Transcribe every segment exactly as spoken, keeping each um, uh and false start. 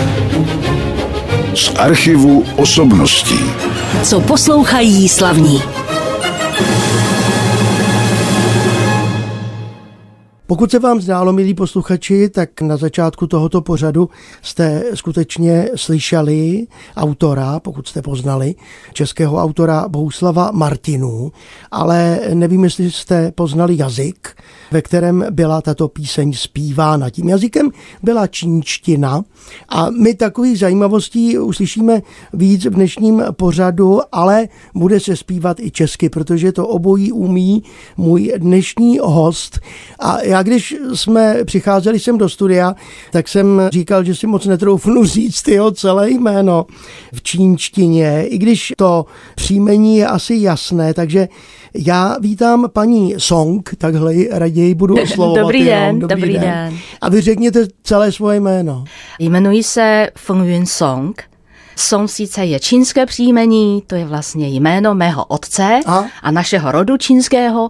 Z archivu osobností. Co poslouchají slavní. Pokud se vám zdálo, milí posluchači, tak na začátku tohoto pořadu jste skutečně slyšeli autora, pokud jste poznali, českého autora Bohuslava Martinů, ale nevím, jestli jste poznali jazyk, ve kterém byla tato píseň zpívána. Tím jazykem byla čínština a my takových zajímavostí uslyšíme víc v dnešním pořadu, ale bude se zpívat i česky, protože to obojí umí můj dnešní host. A já když jsme přicházeli sem do studia, tak jsem říkal, že si moc netroufnu říct jeho celé jméno v čínštině, i když to příjmení je asi jasné, takže já vítám paní Song, takhle raději budu oslovovat. Dobrý den, dobrý, dobrý den. den. A vy řekněte celé svoje jméno. Jmenuji se Feng Yun Song. Song sice je čínské příjmení, to je vlastně jméno mého otce a, a našeho rodu čínského,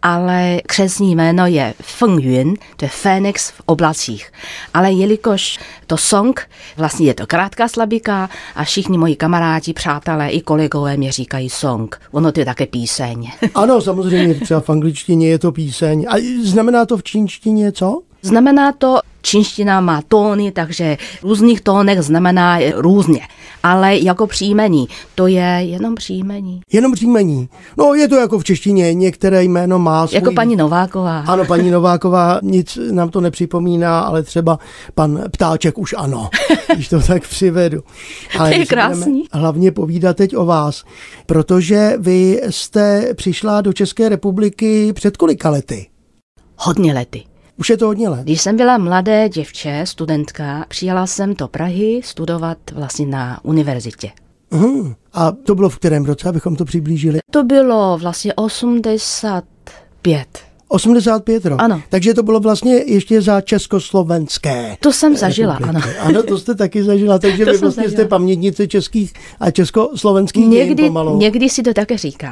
ale křestní jméno je Feng Yun, to je Fénix v oblacích. Ale jelikož to Song, vlastně je to krátká slabika a všichni moji kamarádi, přátelé i kolegové mě říkají Song. Ono to je také píseň. Ano, samozřejmě, třeba v angličtině je to píseň. A znamená to v čínštině co? Znamená to, čínština má tóny, takže v různých tónech znamená různě. Ale jako příjmení, to je jenom příjmení. Jenom příjmení. No je to jako v češtině, některé jméno má svůj... Jako paní Nováková. Ano, paní Nováková, nic nám to nepřipomíná, ale třeba pan Ptáček už ano, když to tak přivedu. Ale to je krásný. Hlavně povídat teď o vás, protože vy jste přišla do České republiky před kolika lety? Hodně lety. Už je to hodně let. Když jsem byla mladé děvče, studentka, přijela jsem do Prahy studovat vlastně na univerzitě. Uhum. A to bylo v kterém roce, abychom to přiblížili? To bylo vlastně osmdesát pět. osmdesát pět rok. Ano. Takže to bylo vlastně ještě za československé. To jsem zažila, ano. Ano, to jste taky zažila, takže vy vlastně zažila. Jste pamětnice českých a československých dějin pomalu. Někdy si to také říkám.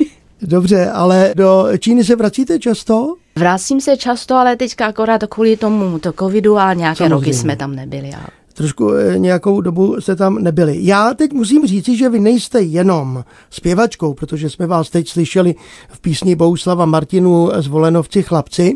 Dobře, ale do Číny se vracíte často? Vracím se často, ale teďka akorát kvůli tomu to covidu a nějaké Samozřejmě. roky jsme tam nebyli. Ale... Trošku nějakou dobu jste tam nebyli. Já teď musím říci, že vy nejste jenom zpěvačkou, protože jsme vás teď slyšeli v písni Bohuslava Martinů z Volenovci chlapci,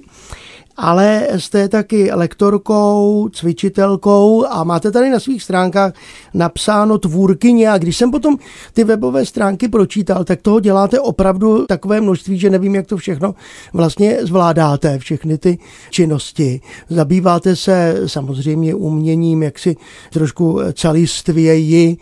ale jste taky lektorkou, cvičitelkou a máte tady na svých stránkách napsáno tvůrkyně a když jsem potom ty webové stránky pročítal, tak toho děláte opravdu takové množství, že nevím, jak to všechno vlastně zvládáte, všechny ty činnosti. Zabýváte se samozřejmě uměním, jaksi trošku celistvěji,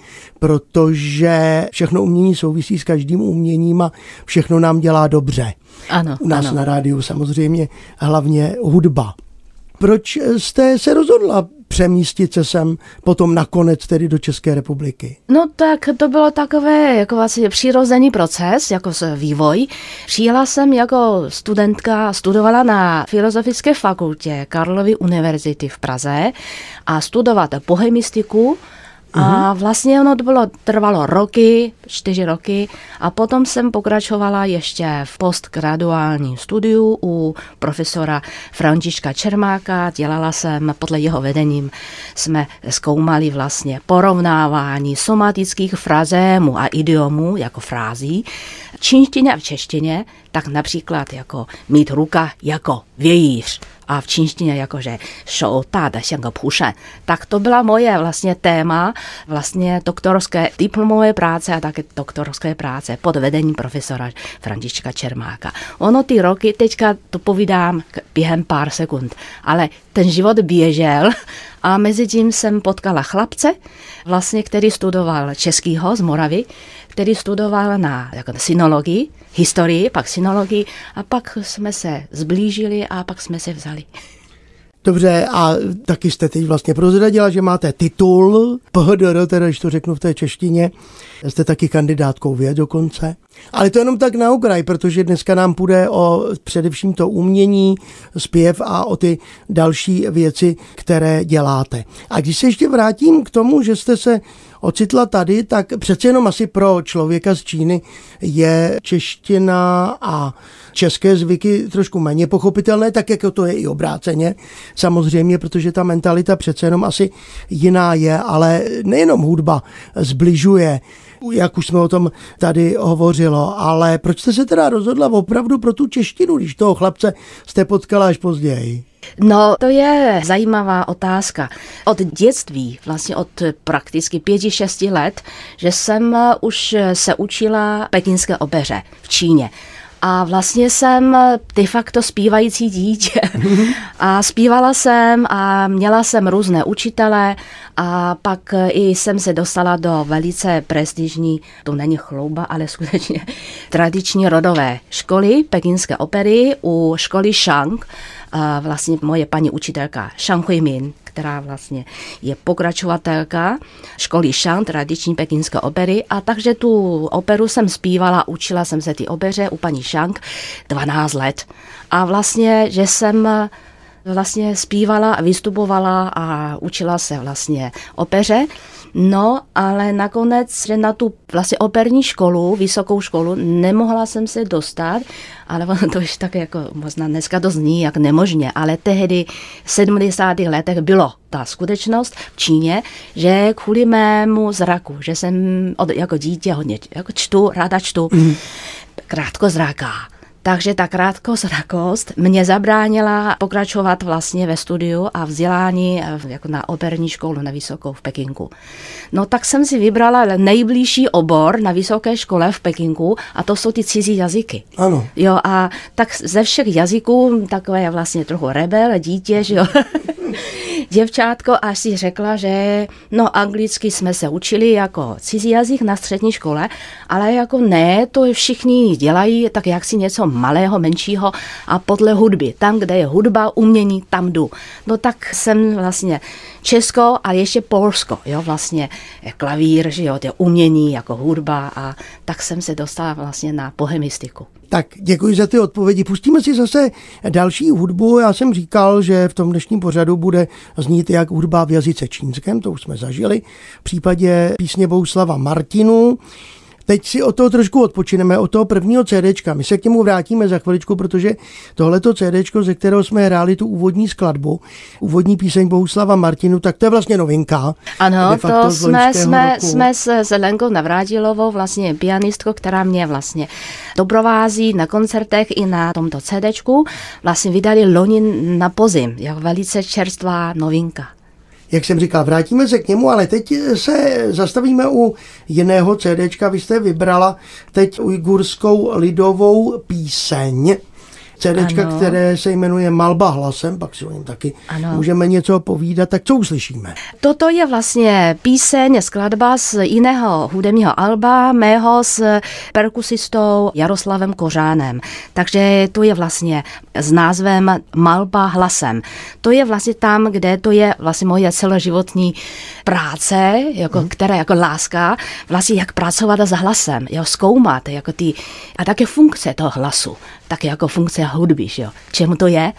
protože všechno umění souvisí s každým uměním a všechno nám dělá dobře. Ano, U nás ano. na rádiu samozřejmě hlavně hudba. Proč jste se rozhodla přemístit se sem potom nakonec tedy do České republiky? No tak to bylo takové jako vlastně přirozený proces, jako vývoj. Přijela jsem jako studentka, studovala na Filozofické fakultě Karlovy univerzity v Praze a studovat bohemistiku. A vlastně ono to bylo, trvalo roky, čtyři roky a potom jsem pokračovala ještě v postgraduálním studiu u profesora Františka Čermáka. Dělala jsem, podle jeho vedením jsme zkoumali vlastně porovnávání somatických frazémů a idiomů jako frází v čínštině a v češtině, tak například jako mít ruka jako vějíř a v čínštině jakože šou táda xiang pushan. Tak to byla moje vlastně téma vlastně doktorské diplomové práce a také doktorské práce pod vedením profesora Františka Čermáka. Ono ty roky, teďka to povídám během pár sekund, ale ten život běžel a mezi tím jsem potkala chlapce, vlastně, který studoval českýho z Moravy, který studoval na jako sinologii, historii, pak sinologii a pak jsme se zblížili a pak jsme se vzali. Dobře, a taky jste teď vlastně prozradila, že máte titul P H D R, teda když to řeknu v té češtině, jste taky kandidátkou věd dokonce. Ale to jenom tak na okraj, protože dneska nám půjde o především to umění, zpěv a o ty další věci, které děláte. A když se ještě vrátím k tomu, že jste se ocitla tady, tak přece jenom asi pro člověka z Číny je čeština a české zvyky trošku méně pochopitelné, tak jako to je i obráceně. Samozřejmě, protože ta mentalita přece jenom asi jiná je, ale nejenom hudba zbližuje, jak už jsme o tom tady hovořilo, ale proč jste se teda rozhodla opravdu pro tu češtinu, když toho chlapce jste potkala až později? No, to je zajímavá otázka. Od dětství, vlastně od prakticky pěti, šesti let, že jsem už se učila pekingské opeře v Číně. A vlastně jsem de facto zpívající dítě. A zpívala jsem a měla jsem různé učitele a pak i jsem se dostala do velice prestižní, to není chlouba, ale skutečně tradiční rodové školy pekingské opery u školy Shang. A vlastně moje paní učitelka Shang Huimin, která vlastně je pokračovatelka školy Shang, tradiční pekingské opery. A takže tu operu jsem zpívala, učila jsem se ty opeře u paní Shang dvanáct let. A vlastně, že jsem vlastně zpívala a vystupovala a učila se vlastně opeře. No, ale nakonec, že na tu vlastně operní školu, vysokou školu, nemohla jsem se dostat, ale to už tak jako, možná dneska to zní jak nemožně, ale tehdy v sedmdesátých letech bylo ta skutečnost v Číně, že kvůli mému zraku, že jsem od, jako dítě hodně jako čtu, ráda čtu, mm. krátkozraká. Takže ta krátkozrakost mě zabránila pokračovat vlastně ve studiu a vzdělání jako na operní školu na vysokou v Pekingu. No tak jsem si vybrala nejbližší obor na vysoké škole v Pekingu a to jsou ty cizí jazyky. Ano. Jo, a tak ze všech jazyků takové vlastně trochu rebel, dítě, že jo. Děvčátko až si řekla, že no anglicky jsme se učili jako cizí jazyk na střední škole, ale jako ne, to všichni dělají tak jak si něco malého, menšího a podle hudby. Tam, kde je hudba, umění, tam jdu. No tak jsem vlastně Česko a ještě Polsko, jo, vlastně klavír, že jo, to je umění jako hudba a tak jsem se dostala vlastně na bohemistiku. Tak děkuji za ty odpovědi. Pustíme si zase další hudbu. Já jsem říkal, že v tom dnešním pořadu bude znít jak hudba v jazyce čínském, to už jsme zažili, v případě písně Bohuslava Martinů. Teď si o toho trošku odpočineme, od toho prvního CDčka. My se k němu vrátíme za chviličku, protože tohleto CDčko, ze kterého jsme hráli tu úvodní skladbu, úvodní píseň Bohuslava Martinu, tak to je vlastně novinka. Ano, to jsme, jsme, jsme s, s Lenkou Navrátilovou, vlastně pianistkou, která mě vlastně doprovází na koncertech i na tomto CDčku. Vlastně vydali loni na podzim, jako velice čerstvá novinka. Jak jsem říkal, vrátíme se k němu, ale teď se zastavíme u jiného CDčka. Vy jste vybrala teď ujgurskou lidovou píseň. CDčka, ano. Které se jmenuje Malba hlasem, pak si o něm taky ano. Můžeme něco povídat, tak co uslyšíme? Toto je vlastně píseň, skladba z jiného hudebního alba mého s perkusistou Jaroslavem Kořánem. Takže to je vlastně s názvem Malba hlasem. To je vlastně tam, kde to je vlastně moje celoživotní práce, jako, hmm. která jako láska, vlastně jak pracovat s hlasem, jo, zkoumat, jako ty, a také funkce toho hlasu, tak jako funkce hudby, že jo. Čemu to je?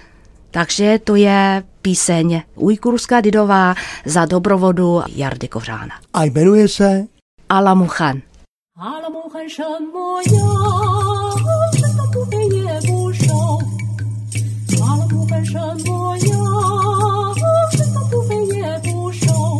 Takže to je píseň ujgurská lidová za doprovodu Jardy Kořána. A jmenuje se Alamuchan. Alamuchan šamo já, šamo tu je bušou. Alamuchan šamo já, šamo tu je bušou.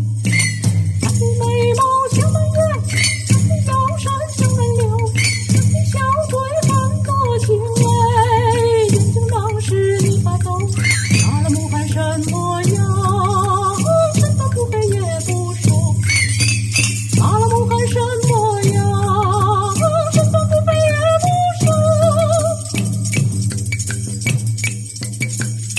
A ty mej mou xiao men ye, a ty yao shan xiao men liu, a ty xiao dui fan ge qing wei, yan jing dang shi ni fa dou. Alamuchan shamo ya, shamo tu ye bushou. Alamuchan shamo ya, shamo tu ye bushou.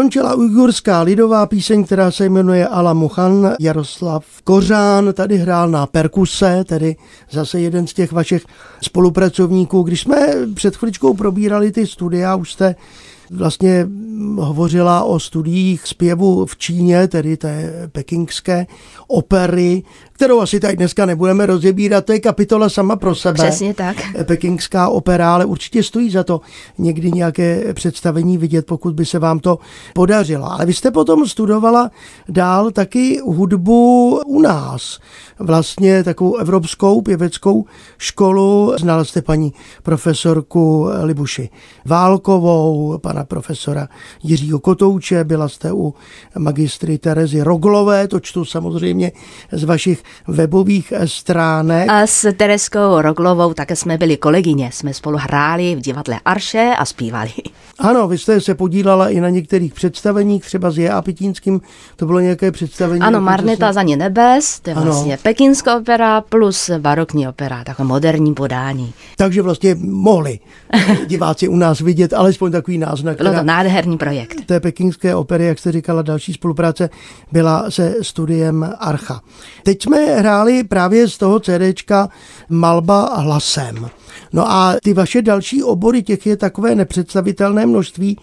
Skončila ujgurská lidová píseň, která se jmenuje Ala Muchan. Jaroslav Kořán tady hrál na perkuse, tedy zase jeden z těch vašich spolupracovníků. Když jsme před chviličkou probírali ty studia, už jste vlastně hovořila o studiích zpěvu v Číně, tedy té pekingské opery, kterou asi tady dneska nebudeme rozebírat, to je kapitola sama pro sebe. Přesně tak. Pekingská opera, ale určitě stojí za to někdy nějaké představení vidět, pokud by se vám to podařilo. Ale vy jste potom studovala dál taky hudbu u nás. Vlastně takovou evropskou pěveckou školu. Znala jste paní profesorku Libuši Válkovou, pana profesora Jiřího Kotouče, byla jste u magistry Terezy Roglové, to čtu samozřejmě z vašich webových stránek. A s Tereskou Roglovou také jsme byli kolegyně, jsme spolu hráli v divadle Arše a zpívali. Ano, vy jste se podílala i na některých představeních, třeba s J A Pitínským, to bylo nějaké představení. Ano, Marneta se... za ně nebes, to je ano. Vlastně pekingská opera plus barokní opera, takové moderní podání. Takže vlastně mohli diváci u nás vidět alespoň takový náznak. Bylo to nádherný projekt. Té pekingské opery, jak jste říkala, další spolupráce byla se studiem Archa. Teď jsme hráli právě z toho CDčka Malba hlasem. No a ty vaše další obory, těch je takové nepředstavitelné množství,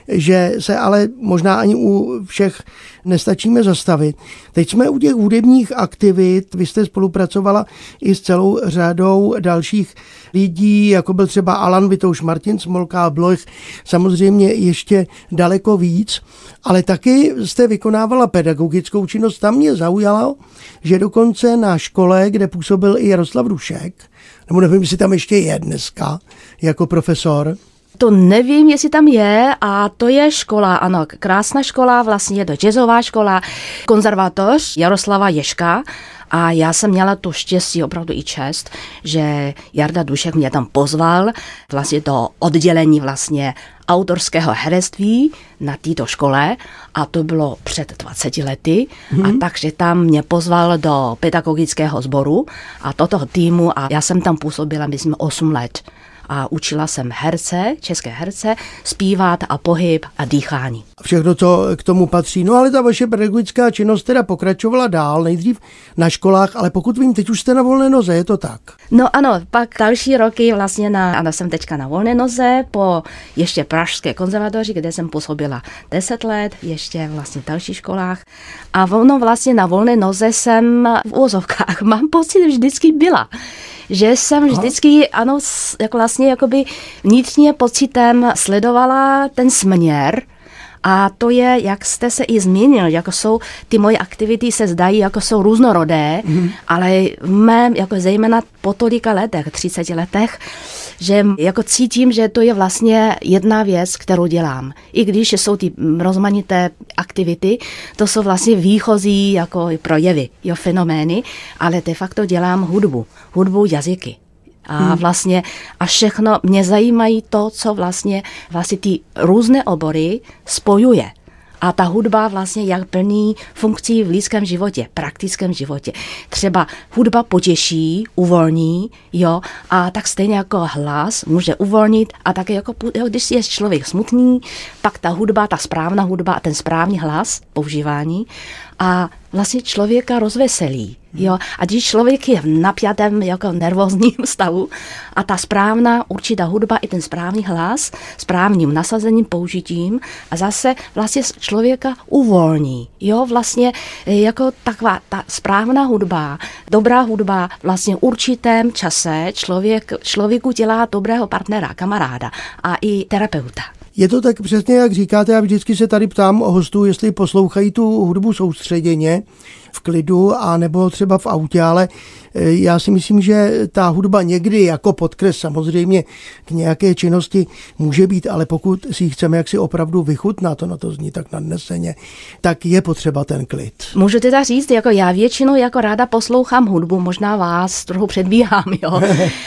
že se ale možná ani u všech nestačíme zastavit. Teď jsme u těch hudebních aktivit, vy jste spolupracovala i s celou řadou dalších lidí, jako byl třeba Alan Vitouš, Martin Smolka, Bloch, samozřejmě ještě daleko víc, ale taky jste vykonávala pedagogickou činnost. Tam mě zaujalo, že dokonce na škole, kde působil i Jaroslav Dušek, nebo nevím, jestli tam ještě je dneska jako profesor. To nevím, jestli tam je, a to je škola, ano, krásná škola, vlastně je to jazzová škola, konzervatoř Jaroslava Ježka. A já jsem měla to štěstí, opravdu i čest, že Jarda Dušek mě tam pozval vlastně do oddělení vlastně autorského herectví na této škole, a to bylo před dvaceti lety. Hmm. A takže tam mě pozval do pedagogického sboru a tohoto týmu, a já jsem tam působila, myslím, osm let. A učila jsem herce, české herce, zpívat a pohyb a dýchání. Všechno, co k tomu patří. No ale ta vaše pedagogická činnost teda pokračovala dál, nejdřív na školách, ale pokud vím, teď už jste na volné noze, je to tak? No ano, pak další roky vlastně, na, ano, jsem teďka na volné noze po ještě pražské konzervatoři, kde jsem působila deset let, ještě vlastně v dalších školách. A ono vlastně na volné noze jsem v úvozovkách, mám pocit, vždycky byla. Že jsem vždycky, ano, jako vlastně jakoby vnitřně pocitem sledovala ten směr, a to je, jak jste se i zmínil, jako jsou ty moje aktivity, se zdají, jako jsou různorodé, mm. ale v mém, jako zejména po tolika letech, třiceti letech, že jako cítím, že to je vlastně jedna věc, kterou dělám. I když jsou ty rozmanité aktivity, to jsou vlastně výchozí jako projevy, jo, fenomény, ale de facto dělám hudbu, hudbu jazyky. A vlastně a všechno mě zajímají to, co vlastně, vlastně ty různé obory spojuje. A ta hudba vlastně jak plní funkcí v lidském životě, praktickém životě. Třeba hudba potěší, uvolní, jo, a tak stejně jako hlas může uvolnit, a také jako, když je člověk smutný, pak ta hudba, ta správná hudba a ten správný hlas, používání, a vlastně člověka rozveselí. Jo? A když člověk je v napjatém jako nervózním stavu a ta správná určitá hudba i ten správný hlas, správným nasazením, použitím, a zase vlastně člověka uvolní. Jo? Vlastně jako taková ta správná hudba, dobrá hudba vlastně v určitém čase člověk, člověku dělá dobrého partnera, kamaráda a i terapeuta. Je to tak přesně, jak říkáte, já vždycky se tady ptám hostů, jestli poslouchají tu hudbu soustředěně, v klidu, a nebo třeba v autě, ale já si myslím, že ta hudba někdy jako podkres samozřejmě k nějaké činnosti může být, ale pokud si ji chceme jaksi opravdu vychutnat, ono to zní tak nadneseně, tak je potřeba ten klid. Můžu teda říct, jako já většinou jako ráda poslouchám hudbu, možná vás trochu předbíhám, jo.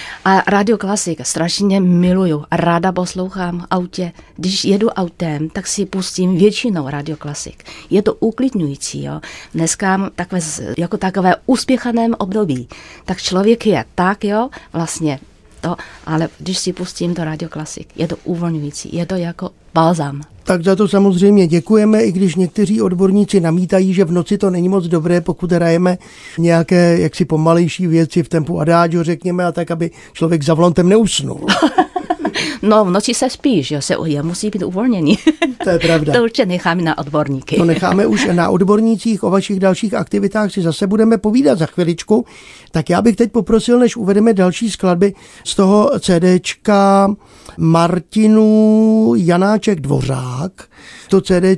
A Radio Klasik strašně miluju, ráda poslouchám v autě. Když jedu autem, tak si pustím většinou Radio Klasik. Je to uklidňující, jo. Dneska takové, jako takové uspěchaném období. Tak člověk je tak, jo, vlastně to, ale když si pustím to Radio Klasik, je to uvolňující, je to jako balzám. Tak za to samozřejmě děkujeme, i když někteří odborníci namítají, že v noci to není moc dobré, pokud hrajeme nějaké jaksi pomalejší věci v tempu adagio, řekněme, a tak, aby člověk za volantem neusnul. No, v noci se spíš, jo, se uje, musí být uvolněný. To je pravda. To určitě necháme na odborníky. To necháme už na odbornících, o vašich dalších aktivitách si zase budeme povídat za chviličku. Tak já bych teď poprosil, než uvedeme další skladby z toho CDčka Martinů Janáček Dvořák. To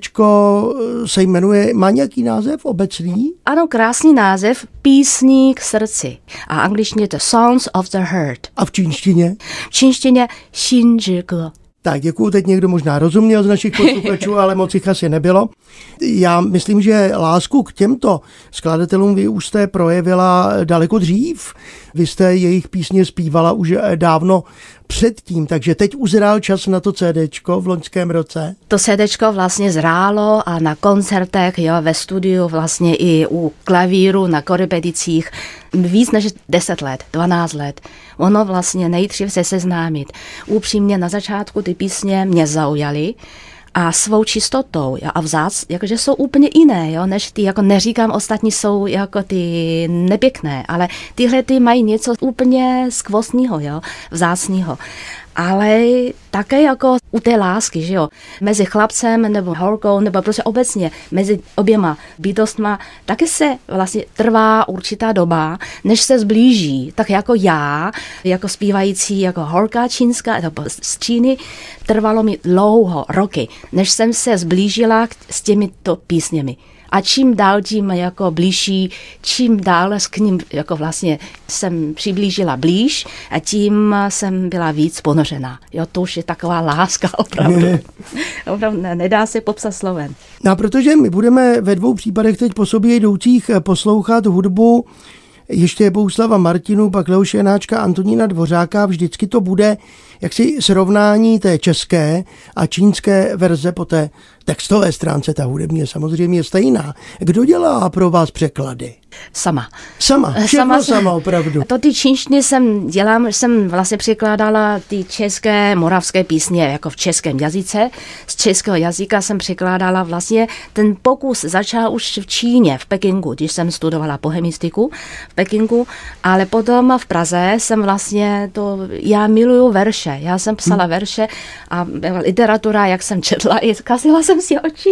CDčko se jmenuje, má nějaký název obecný? Ano, krásný název, Písní k srdci. A angličtině je to Songs of the Heart. A v čínštině? V čínštině Xin Zhi Ge. Tak děkuju, teď někdo možná rozuměl z našich posluchačů, ale moc jich asi nebylo. Já myslím, že lásku k těmto skladatelům vy už jste projevila daleko dřív. Vy jste jejich písně zpívala už dávno předtím, takže teď uzrál čas na to CDčko v loňském roce. To CDčko vlastně zrálo a na koncertech, jo, ve studiu, vlastně i u klavíru, na korepedicích víc než deset let, dvanáct let. Ono vlastně nejdřív se seznámit. Upřímně na začátku ty písně mě zaujaly a svou čistotou a vzác, jakože jsou úplně jiné, jo, než ty, jako neříkám, ostatní jsou jako ty nepěkné, ale tyhle ty mají něco úplně skvostního, jo, vzácného. Ale také jako u té lásky, že jo, mezi chlapcem nebo holkou, nebo prostě obecně mezi oběma bytostma, taky se vlastně trvá určitá doba, než se zblíží. Tak jako já, jako zpívající, jako holka čínská, nebo z Číny, trvalo mi dlouho, roky, než jsem se zblížila s těmito písněmi. A čím dál tím jako blížší, čím dál k ním jako vlastně jsem přiblížila blíž a tím jsem byla víc ponořená. Jo, to už je taková láska opravdu. Opravdu nedá se popsat slovem. No, protože my budeme ve dvou případech teď po sobě jdoucích poslouchat hudbu ještě Bohuslava Martinů, pak Leoše Janáčka, Antonína Dvořáka. Vždycky to bude jaksi srovnání té české a čínské verze po té textové stránce. Ta hudební je samozřejmě stejná. Kdo dělá pro vás překlady? Sama. Sama, všechno sama, sama opravdu. To ty čínštiny jsem dělám, jsem vlastně překládala ty české, moravské písně jako v českém jazyce. Z českého jazyka jsem překládala vlastně, ten pokus začal už v Číně, v Pekingu, když jsem studovala bohemistiku v Pekingu, ale potom v Praze jsem vlastně to, já miluju verše, já jsem psala hmm. verše a literatura, jak jsem četla, i zkazila jsem si oči.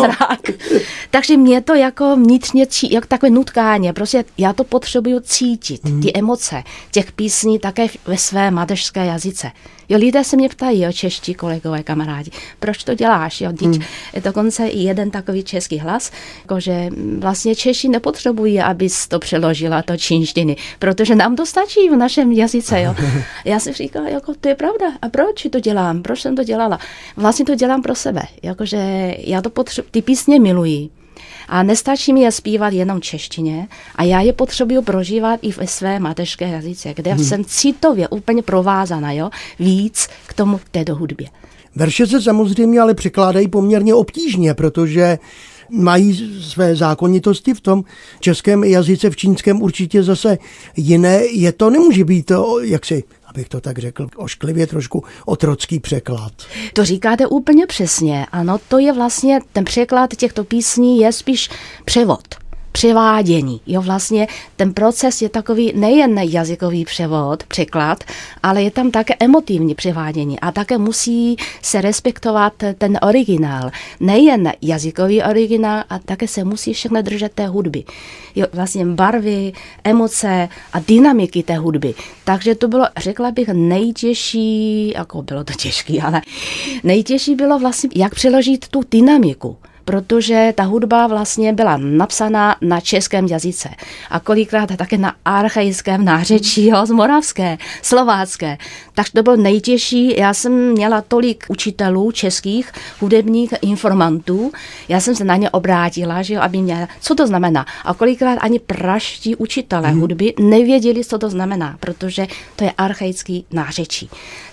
Takže mě to jako vnitřně, jako takové nutkání, prostě já to potřebuju cítit, hmm. ty emoce těch písní také ve své mateřské jazyce. Jo, lidé se mě ptají, jo, čeští kolegové, kamarádi, proč to děláš, jo, hmm. je dokonce i jeden takový český hlas, jakože vlastně Češi nepotřebují, abys to přeložila, to čínštiny, protože nám to stačí v našem jazyce, jo. Já si říkala, jako to je pravda, a proč to dělám, proč jsem to dělala? Vlastně to dělám pro sebe, jakože já to potřebuji, ty písně miluji. A nestačí mi je zpívat jenom češtině a já je potřebuju prožívat i ve své mateřské jazyce, kde hmm. jsem citově úplně provázaná, jo, víc k tomu této hudbě. Verše se samozřejmě ale překládají poměrně obtížně, protože mají své zákonitosti v tom českém jazyce, v čínském určitě zase jiné. Je to, nemůže být to, jak si, abych to tak řekl, ošklivě trošku otrocký překlad. To říkáte úplně přesně. Ano, to je vlastně, ten překlad těchto písní je spíš převod. Převádění. Jo, vlastně ten proces je takový nejen jazykový převod, překlad, ale je tam také emotivní převádění a také musí se respektovat ten originál. Nejen jazykový originál, a také se musí všechno držet té hudby. Jo, vlastně barvy, emoce a dynamiky té hudby. Takže to bylo, řekla bych, nejtěžší, jako bylo to těžké, ale nejtěžší bylo vlastně, jak přeložit tu dynamiku. Protože ta hudba vlastně byla napsaná na českém jazyce a kolikrát také na archaickém nářečí, jo, z moravské, slovácké. Takže to bylo nejtěžší. Já jsem měla tolik učitelů českých hudebních informantů, já jsem se na ně obrátila, že jo, aby mě, co to znamená. A kolikrát ani praští učitelé hmm. hudby nevěděli, co to znamená, protože to je archaický nářečí.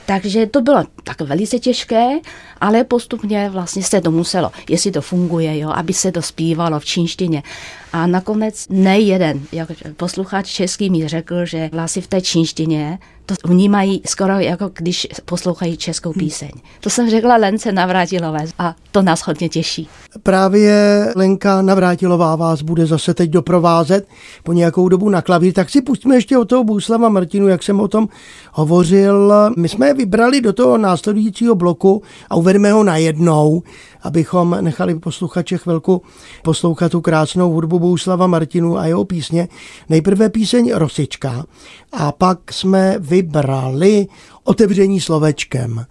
Takže to bylo tak velice těžké, ale postupně vlastně se to muselo, jestli to funguje, jo, aby se to zpívalo v čínštině. A nakonec nejeden jako posluchač český mi řekl, že vlastně v té čínštině to vnímají skoro jako když poslouchají českou píseň. To jsem řekla Lence Navrátilové a to nás hodně těší. Právě Lenka Navrátilová vás bude zase teď doprovázet po nějakou dobu na klavír, tak si pustíme ještě od toho Bohuslava Martinu, jak jsem o tom hovořil. My jsme je vybrali do toho následujícího bloku a uvedeme ho najednou, abychom nechali posluchače chvilku poslouchat tu krásnou hudbu Bohuslava Martinu a jeho písně. Nejprve píseň Rosička a pak jsme vybrali Otevření slovečkem.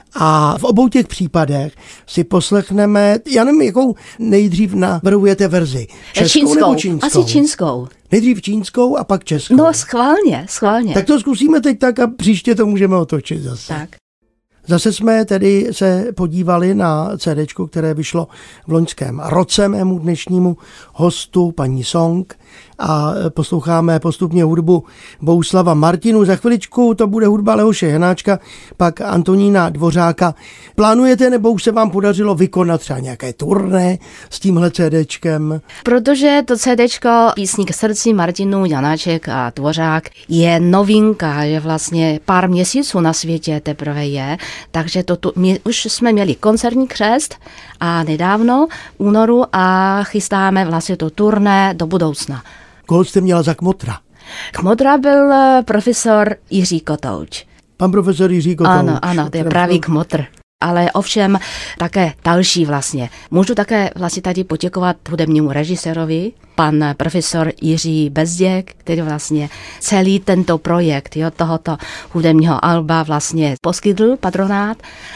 A v obou těch případech si poslechneme, já nevím, jakou nejdřív navrhujete verzi. Českou čínskou, nebo čínskou? Asi čínskou. Nejdřív čínskou a pak českou. No schválně, schválně. Tak to zkusíme teď tak a příště to můžeme otočit zase. Tak. Zase jsme tedy se podívali na CDčko, které vyšlo v loňském roce mému dnešnímu hostu, paní Song, a posloucháme postupně hudbu Bohuslava Martinu. Za chviličku to bude hudba Leoše Janáčka, pak Antonína Dvořáka. Plánujete, nebo už se vám podařilo vykonat třeba nějaké turné s tímhle CDčkem? Protože to CDčko Písní k srdci Martinu, Janáček a Dvořák je novinka, je vlastně pár měsíců na světě teprve je, takže to tu, my už jsme měli koncertní křest a nedávno v únoru a chystáme vlastně to turné do budoucna. Koho jste měla za kmotra? Kmotra byl profesor Jiří Kotouč. Pan profesor Jiří Kotouč. Ano, ano, to je pravý kmotr. Ale ovšem také další vlastně. Můžu také vlastně tady poděkovat hudebnímu režisérovi, pan profesor Jiří Bezděk, který vlastně celý tento projekt, jo, tohoto hudebního alba vlastně poskytl patronát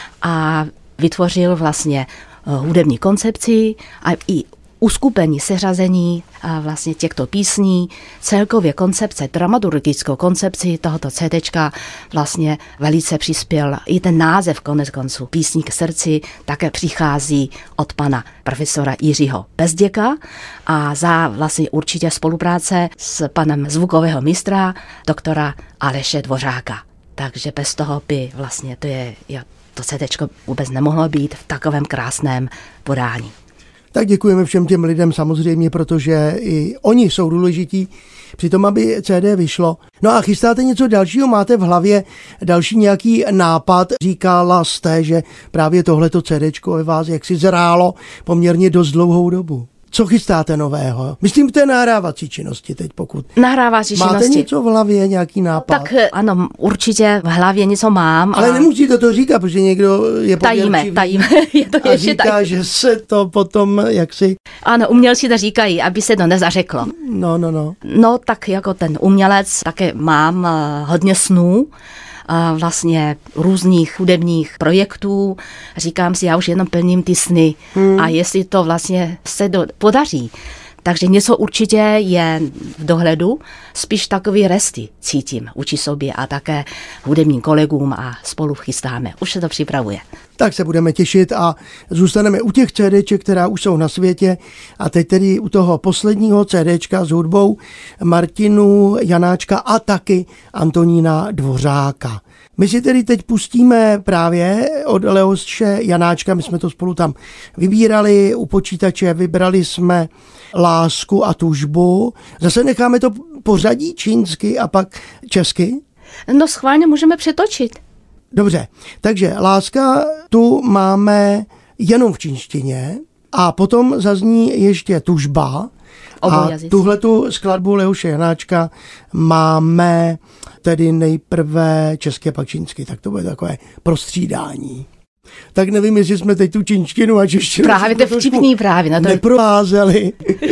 a vytvořil vlastně hudební koncepci a i uskupení, seřazení a vlastně těchto písní, celkově koncepce, dramaturgickou koncepci tohoto CDčka vlastně velice přispěl. I ten název konec konců Písní k srdci také přichází od pana profesora Jiřího Bezděka a za vlastně určitě spolupráce s panem zvukového mistra doktora Aleše Dvořáka. Takže bez toho by vlastně to je, jo, to CDčko vůbec nemohlo být v takovém krásném podání. Tak děkujeme všem těm lidem samozřejmě, protože i oni jsou důležití při tom, aby C D vyšlo. No a chystáte něco dalšího? Máte v hlavě další nějaký nápad? Říkala jste, že právě tohleto CDčko ve vás jaksi zrálo poměrně dost dlouhou dobu. Co chystáte nového? Myslím v té nahrávací činnosti teď, pokud nahrávací máte činnosti. něco v hlavě, nějaký nápad? Tak ano, určitě v hlavě něco mám. Ale a... nemusíte to říkat, protože někdo je tajíme, tajíme. Je to a ještě říká, taj... že se to potom jaksi... Ano, umělci to říkají, aby se to nezařeklo. No, no, no. No tak jako ten umělec také mám uh, hodně snů, vlastně různých hudebních projektů. Říkám si, já už jenom plním ty sny. Hmm. A jestli to vlastně se do, podaří, takže něco určitě je v dohledu, spíš takový resty cítím vůči sobě a také hudebním kolegům a spolu chystáme. Už se to připravuje. Tak se budeme těšit a zůstaneme u těch CDček, která už jsou na světě a teď tedy u toho posledního CDčka s hudbou Martinu Janáčka a taky Antonína Dvořáka. My si tedy teď pustíme právě od Leoše Janáčka, my jsme to spolu tam vybírali u počítače, vybrali jsme Lásku a tužbu. Zase necháme to pořadí čínsky a pak česky? No schválně můžeme přetočit. Dobře, takže Láska tu máme jenom v čínštině a potom zazní ještě Tužba. A tuhletu skladbu Leoše Janáčka máme tedy nejprve česky a pak čínsky, tak to bude takové prostřídání. Tak nevím, jestli jsme teď tu čínštinu a češtinu právě to vtipný právě na to neprovázeli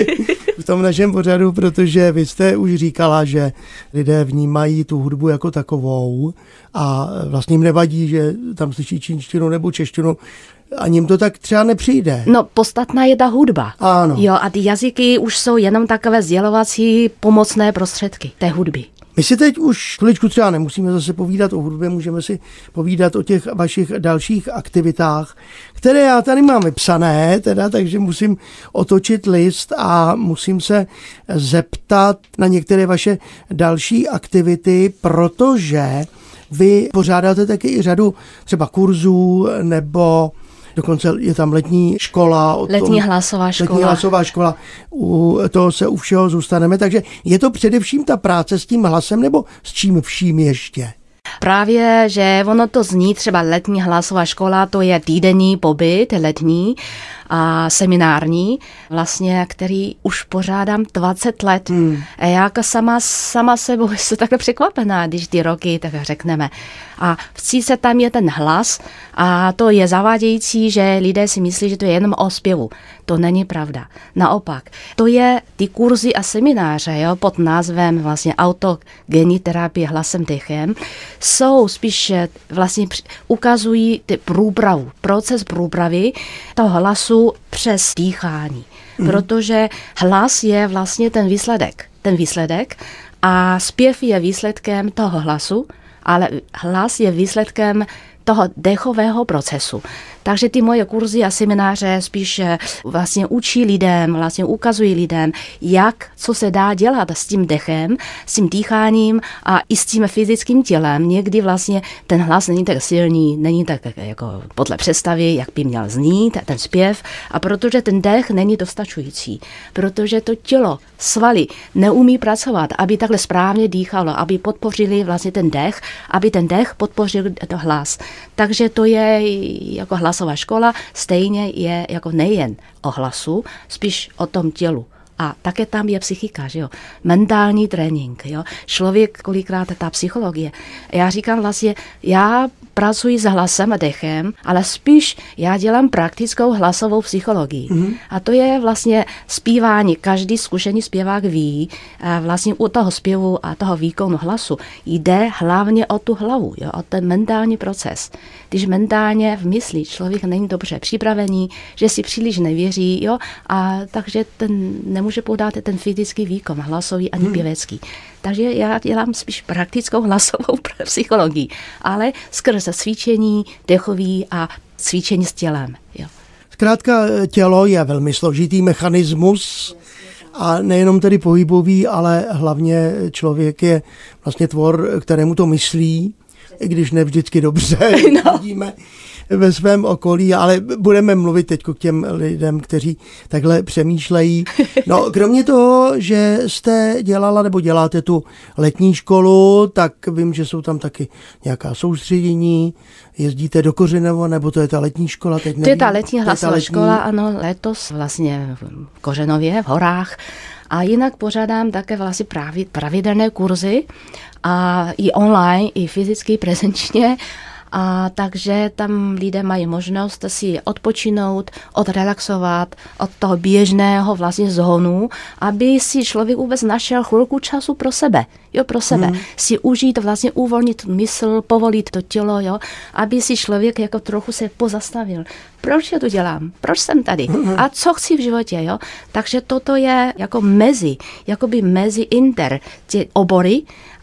v tom našem pořadu, protože vy jste už říkala, že lidé vnímají tu hudbu jako takovou a vlastně jim nevadí, že tam slyší čínštinu nebo češtinu, ani jim to tak třeba nepřijde. No, podstatná je ta hudba. Ano. Jo, a ty jazyky už jsou jenom takové sdělovací pomocné prostředky té hudby. My si teď už chviličku třeba nemusíme zase povídat o hudbě, můžeme si povídat o těch vašich dalších aktivitách, které já tady mám vypsané, teda, takže musím otočit list a musím se zeptat na některé vaše další aktivity, protože Vy pořádáte taky i řadu třeba kurzů, nebo dokonce je tam letní škola. O letní tom, hlasová škola. Letní hlasová škola. U toho se u všeho zůstaneme. Takže je to především ta práce s tím hlasem, nebo s čím vším ještě? Právě, že ono to zní, třeba letní hlasová škola, to je týdenní pobyt, letní a seminární, vlastně, který už pořádám dvacet let. Hmm. A já sama, sama sebou jsem takhle překvapená, když ty roky tak řekneme. A v cíce tam je ten hlas a to je zavádějící, že lidé si myslí, že to je jenom o zpěvu. To není pravda. Naopak, to je ty kurzy a semináře, jo, pod názvem vlastně autogeniterapie hlasem dechem, jsou spíš vlastně ukazují ty průpravu, proces průpravy toho hlasu přes dýchání. Mm. Protože hlas je vlastně ten výsledek. Ten výsledek a zpěv je výsledkem toho hlasu, ale hlas je výsledkem toho dechového procesu. Takže ty moje kurzy a semináře spíš vlastně učí lidem, vlastně ukazují lidem, jak, co se dá dělat s tím dechem, s tím dýcháním a i s tím fyzickým tělem. Někdy vlastně ten hlas není tak silný, není tak jako podle představy, jak by měl znít, ten zpěv, a protože ten dech není dostačující, protože to tělo, svaly neumí pracovat, aby takhle správně dýchalo, aby podpořili vlastně ten dech, aby ten dech podpořil to hlas. Takže to je jako hlasová škola, stejně je jako nejen o hlasu, spíš o tom tělu. A také tam je psychika, že jo? Mentální trénink, jo? Člověk, kolikrát ta psychologie. Já říkám vlastně, já pracuji s hlasem a dechem, ale spíš já dělám praktickou hlasovou psychologii. Mm-hmm. A to je vlastně zpívání. Každý zkušený zpěvák ví, a vlastně u toho zpěvu a toho výkonu hlasu jde hlavně o tu hlavu, jo? O ten mentální proces. Když mentálně v mysli člověk není dobře připravený, že si příliš nevěří, jo? A takže ten nemůže podat ten fyzický výkon, hlasový ani pěvecký. Takže já dělám spíš praktickou hlasovou psychologii, ale skrze cvičení dechový a cvičení s tělem. Jo. Zkrátka tělo je velmi složitý mechanismus a nejenom tedy pohybový, ale hlavně člověk je vlastně tvor, kterému to myslí, i když ne vždycky dobře, no. Vidíme ve svém okolí, ale budeme mluvit teď k těm lidem, kteří takhle přemýšlejí. No, kromě toho, že jste dělala nebo děláte tu letní školu, tak vím, že jsou tam taky nějaká soustředění, jezdíte do Kořenova, nebo to je ta letní škola? Teď nevím. To je ta letní hlasová letní... škola, ano, letos vlastně v Kořenově, v horách. A jinak pořádám také vlastně pravidelné kurzy a i online, i fyzicky, prezenčně. A takže tam lidé mají možnost si odpočinout, odrelaxovat od toho běžného vlastně zhonu, aby si člověk vůbec našel chvilku času pro sebe. Jo, pro sebe. Hmm. Si užít, vlastně uvolnit mysl, povolit to tělo, jo, aby si člověk jako trochu se pozastavil. Proč já to dělám? Proč jsem tady? Hmm. A co chci v životě, jo? Takže toto je jako mezi, jakoby mezi inter, ty obory.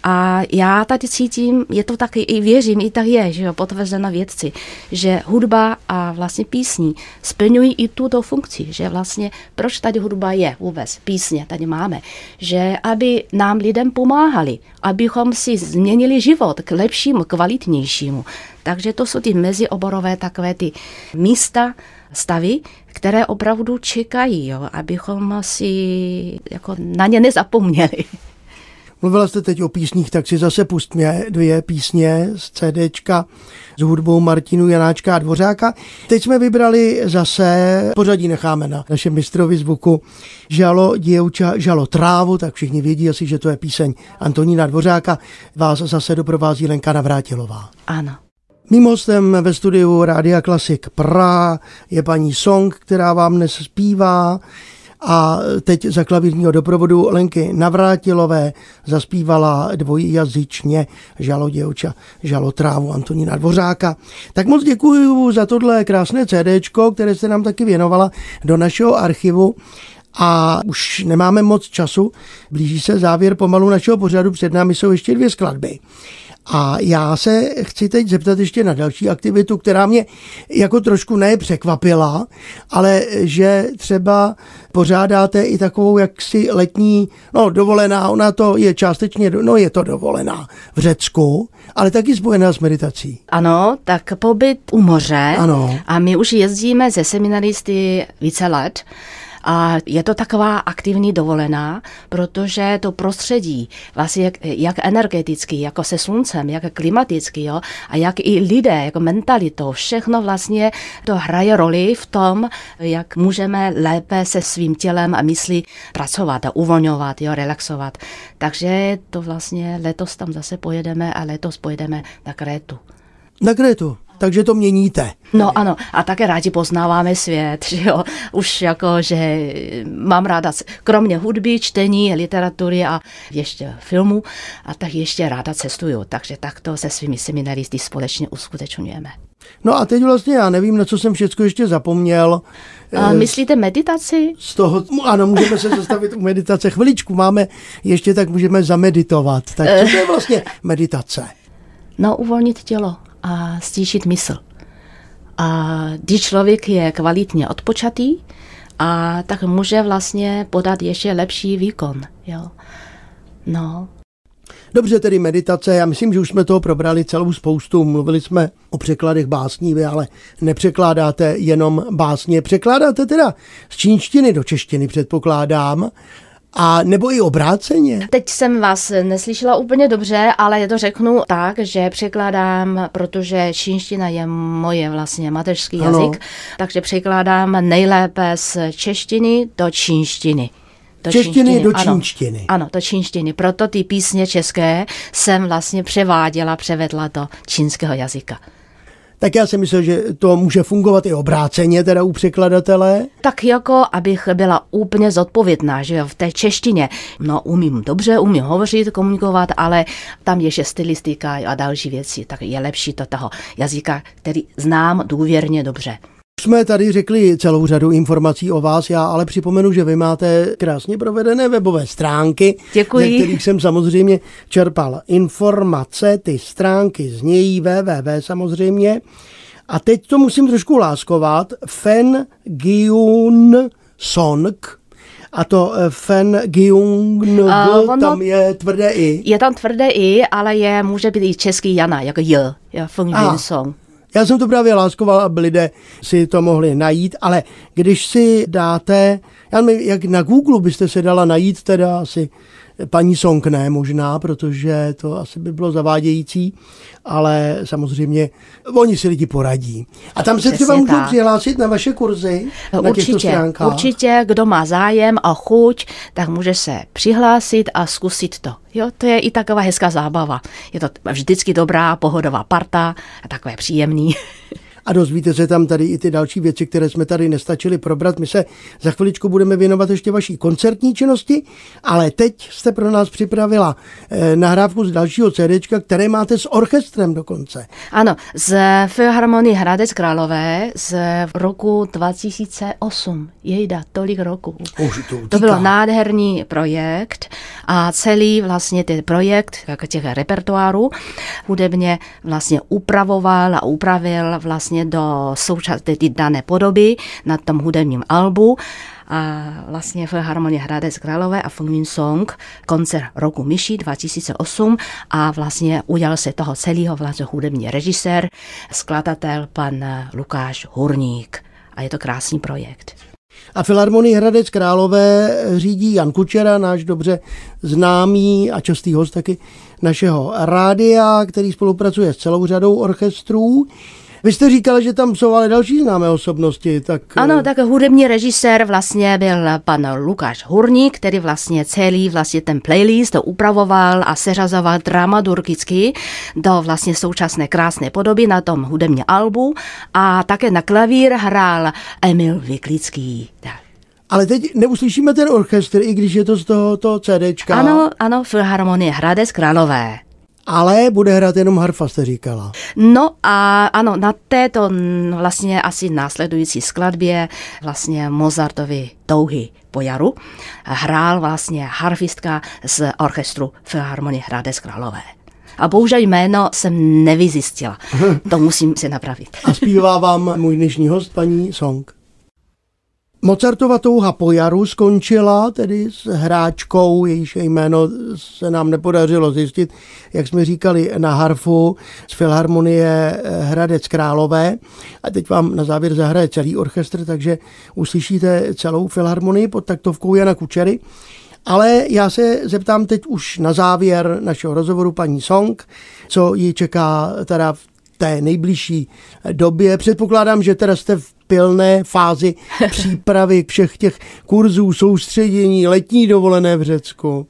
A já tady cítím, je to taky, i věřím, i tak je, že jo, potvrzeno vědci, že hudba a vlastně písní splňují i tuto funkci, že vlastně proč tady hudba je vůbec, písně tady máme, že aby nám lidem pomáhali, abychom si změnili život k lepšímu, kvalitnějšímu. Takže to jsou ty mezioborové takové ty místa, stavy, které opravdu čekají, jo, abychom si jako na ně nezapomněli. Mluvila jste teď o písních, tak si zase pustíme dvě písně z CDčka s hudbou Martinu Janáčka a Dvořáka. Teď jsme vybrali zase, pořadí necháme na našem mistrovi zvuku, Žalo děvča, žalo trávu, tak všichni vědí asi, že to je píseň Antonína Dvořáka. Vás zase doprovází Lenka Navrátilová. Ano. Mým hostem ve studiu Rádia Klasik Praha je paní Song, která vám dnes zpívá. A teď za klavírního doprovodu Lenky Navrátilové zaspívala dvojjazyčně Žalo děvča, žalo trávu Antonína Dvořáka. Tak moc děkuji za tohle krásné CDčko, které jste nám taky věnovala do našeho archivu. A už nemáme moc času, blíží se závěr pomalu našeho pořadu, před námi jsou ještě dvě skladby. A já se chci teď zeptat ještě na další aktivitu, která mě jako trošku ne překvapila, ale že třeba pořádáte i takovou jaksi letní, no dovolená, ona to je částečně, no je to dovolená v Řecku, ale taky spojená s meditací. Ano, tak pobyt u moře. Ano. A my už jezdíme ze seminaristy více let. A je to taková aktivní dovolená, protože to prostředí, vlastně jak, jak energeticky, jako se sluncem, jak klimaticky, jo, a jak i lidé, jako mentalitou, všechno vlastně to hraje roli v tom, jak můžeme lépe se svým tělem a myslí pracovat a uvolňovat, jo, relaxovat. Takže to vlastně letos tam zase pojedeme a letos pojedeme na Krétu. Na Krétu. Takže to měníte. No ano, a také rádi poznáváme svět, že jo, už jako, že mám ráda, kromě hudby, čtení, literatury a ještě filmu, a tak ještě ráda cestuju, takže takto se svými seminaristy společně uskutečňujeme. No a teď vlastně já nevím, na co jsem všechno ještě zapomněl. A myslíte meditaci? Z toho, ano, můžeme se zastavit u meditace. Chviličku máme, ještě tak můžeme zameditovat. Tak co to je vlastně meditace? No, uvolnit tělo a stíšit mysl. A když člověk je kvalitně odpočatý, a tak může vlastně podat ještě lepší výkon. Jo. No. Dobře, tedy meditace, já myslím, že už jsme toho probrali celou spoustu, mluvili jsme o překladech básní, vy ale nepřekládáte jenom básně, překládáte teda z čínštiny do češtiny, předpokládám, a nebo i obráceně? Teď jsem vás neslyšela úplně dobře, ale já to řeknu tak, že překládám, protože čínština je moje vlastně mateřský jazyk, ano. Takže překládám nejlépe z češtiny do čínštiny. Do češtiny, čínštiny do čínštiny. Ano, ano, do čínštiny. Proto ty písně české jsem vlastně převáděla, převedla do čínského jazyka. Tak já si myslím, že to může fungovat i obráceně, teda u překladatele. Tak jako, abych byla úplně zodpovědná, že jo, v té češtině. No, umím dobře, umím hovořit, komunikovat, ale tam je že stylistika a další věci, tak je lepší to toho jazyka, který znám důvěrně dobře. Jsme tady řekli celou řadu informací o vás, já ale připomenu, že vy máte krásně provedené webové stránky, Děkuji. ze kterých jsem samozřejmě čerpal informace, ty stránky znějí www samozřejmě. A teď to musím trošku láskovat, Fen Gyun Song, a to Fen Gyung, uh, tam je tvrdé i. Je tam tvrdé i, ale je, může být i český Jana, jako J, Fen Gyun Song. Já jsem to právě láskoval, aby lidé si to mohli najít, ale když si dáte, já nevím, jak na Google byste se dala najít teda asi paní Song, ne možná, protože to asi by bylo zavádějící, ale samozřejmě oni si lidi poradí. A tam se třeba můžou přihlásit na vaše kurzy na určitě, těchto stránkách? Určitě, kdo má zájem a chuť, tak může se přihlásit a zkusit to. Jo, to je i taková hezká zábava. Je to vždycky dobrá, pohodová parta a takové příjemný. A dozvíte se tam tady i ty další věci, které jsme tady nestačili probrat. My se za chviličku budeme věnovat ještě vaší koncertní činnosti, ale teď jste pro nás připravila eh, nahrávku z dalšího CDčka, které máte s orchestrem dokonce. Ano, z Filharmonie Hradec Králové z roku dva tisíce osm. Jejda, tolik roku. Už to, to bylo nádherný projekt a celý vlastně ten projekt jako těch repertoárů hudebně vlastně upravoval a upravil vlastně do současné dané podoby na tom hudebním albu. A vlastně Filharmonie Hradec Králové a Fen Gyun Song, koncert roku myší dva tisíce osm a vlastně udělal se toho celého vlastně hudební režisér, skladatel pan Lukáš Hurník. A je to krásný projekt. A Filharmonii Hradec Králové řídí Jan Kučera, náš dobře známý a častý host taky našeho rádia, který spolupracuje s celou řadou orchestrů. Vy jste říkala, že tam jsou ale další známé osobnosti. Tak... Ano, tak hudební režisér vlastně byl pan Lukáš Hurník, který vlastně celý vlastně ten playlist to upravoval a seřazoval dramaturgicky do vlastně současné krásné podoby na tom hudebním albu a také na klavír hrál Emil Vyklický. Tak. Ale teď neuslyšíme ten orchestr, i když je to z tohoto CDčka. Ano, ano, Filharmonie Hradec Králové. Ale bude hrát jenom harfa, jste říkala. No a ano, na této vlastně asi následující skladbě vlastně Mozartovy touhy Pojaru hrál vlastně harfistka z orchestru Filharmonie Hradec Králové. A bohužel jméno jsem nevyzjistila. To musím si napravit. A zpívá vám můj dnešní host, paní Song. Mozartova touha po jaru skončila tedy s hráčkou, jejíž jméno se nám nepodařilo zjistit, jak jsme říkali, na harfu z Filharmonie Hradec Králové. A teď vám na závěr zahraje celý orchestr, takže uslyšíte celou filharmonii pod taktovkou Jana Kučery. Ale já se zeptám teď už na závěr našeho rozhovoru paní Song, co ji čeká teda v té nejbližší době. Předpokládám, že teda jste v pilné fázi přípravy všech těch kurzů, soustředění, letní dovolené v Řecku.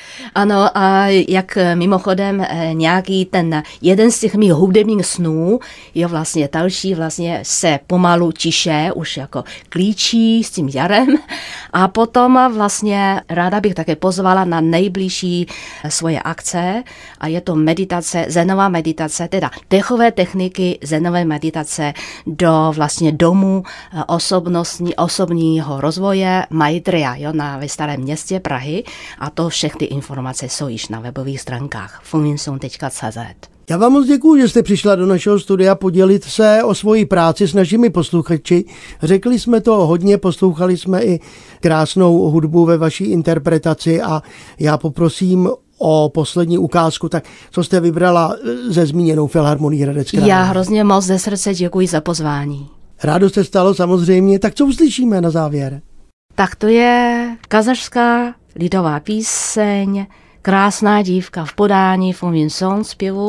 Ano, a jak mimochodem nějaký ten jeden z těch mých hudebních snů je vlastně další, vlastně se pomalu tiše, už jako klíčí s tím jarem. A potom vlastně ráda bych také pozvala na nejbližší svoje akce a je to meditace, zenová meditace, teda dechové techniky zenové meditace do vlastně domu osobnostní, osobního rozvoje Maitreya, jo, na ve Starém městě Prahy, a to všechny informace jsou již na webových stránkách fuminson tečka cé zet. Já vám moc děkuju, že jste přišla do našeho studia podělit se o svoji práci s našimi posluchači. Řekli jsme to hodně, poslouchali jsme i krásnou hudbu ve vaší interpretaci a já poprosím o poslední ukázku. Tak co jste vybrala ze zmíněnou Filharmonii Hradec Králové? Já hrozně moc ze srdce děkuji za pozvání. Rádo se stalo samozřejmě. Tak co uslyšíme na závěr? Tak to je kazašská lidová píseň Krásná dívka v podání Fuminson zpěvu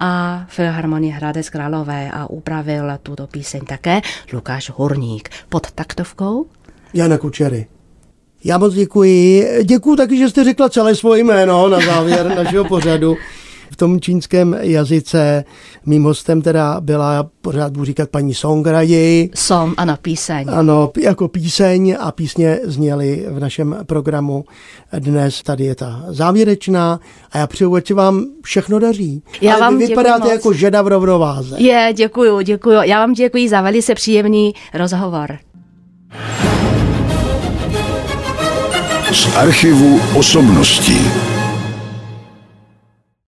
a Filharmonie Hradec Králové, a upravil tuto píseň také Lukáš Hurník pod taktovkou Jana Kučery. Já moc děkuji. Děkuji taky, že jste řekla celé svoje jméno na závěr našeho pořadu. V tom čínském jazyce mým hostem teda byla, já pořád budu říkat paní Song raději. Song, ano, píseň. Ano, jako píseň, a písně zněly v našem programu dnes. Tady je ta závěrečná a já přeju, ať se vám všechno daří. Já Ale vám vy vypadáte moc. jako žena v rovnováze. Je, děkuju, děkuju. Já vám děkuji za velice příjemný rozhovor. Z archivu osobností.